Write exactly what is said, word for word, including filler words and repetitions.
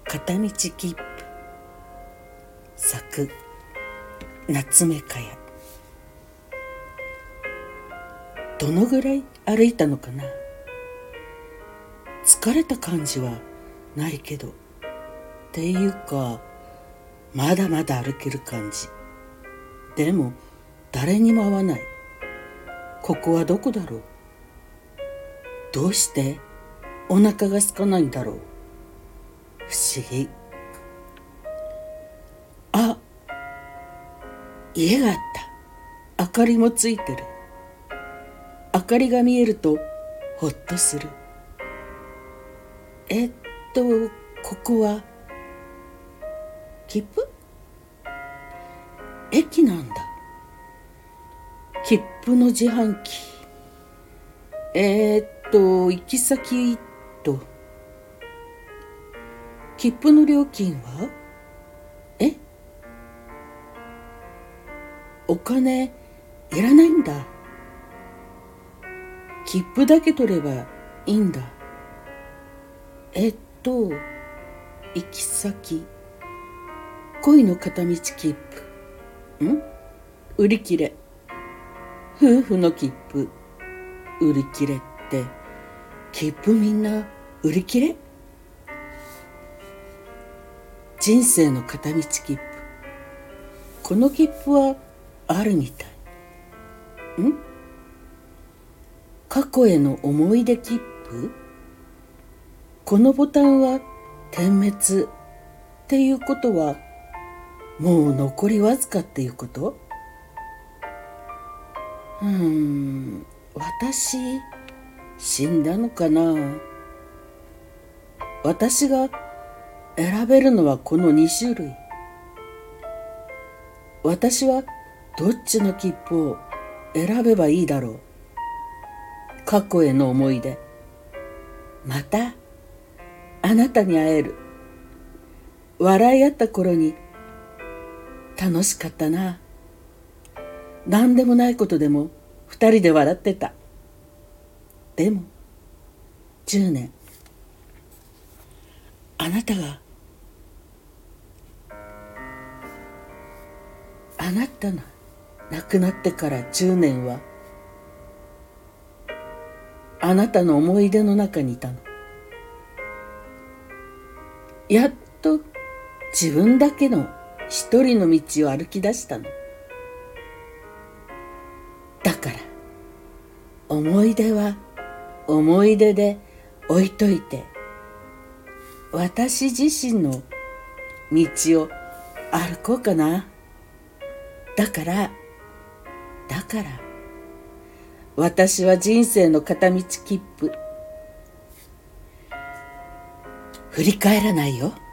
片道切符。作夏目かや。どのぐらい歩いたのかな。疲れた感じはないけど、っていうかまだまだ歩ける感じ。でも誰にも会わない。ここはどこだろう。どうしてお腹が空かないんだろう。不思議。あ、家があった。明かりもついてる。明かりが見えるとほっとする。えっとここは切符？駅なんだ。切符の自販機。えー、っと行き先と切符の料金は？え？お金いらないんだ。切符だけ取ればいいんだ。えっと行き先恋の片道切符。ん？売り切れ。夫婦の切符売り切れって、切符みんな売り切れ？人生の片道切符。この切符はあるみたい。ん？過去への思い出切符？このボタンは点滅っていうことはもう残りわずかっていうこと？うーん、私死んだのかな。私が選べるのはこのに種類。私はどっちの切符を選べばいいだろう。過去への思い出。またあなたに会える。笑い合った頃に楽しかったな。何でもないことでも二人で笑ってた。でもじゅうねん、あなたがあなたが亡くなってからじゅうねんはあなたの思い出の中にいたの。やっと自分だけの一人の道を歩き出したの。だから思い出は思い出で置いといて、私自身の道を歩こうかな。だからだから私は人生の片道切符振り返らないよ。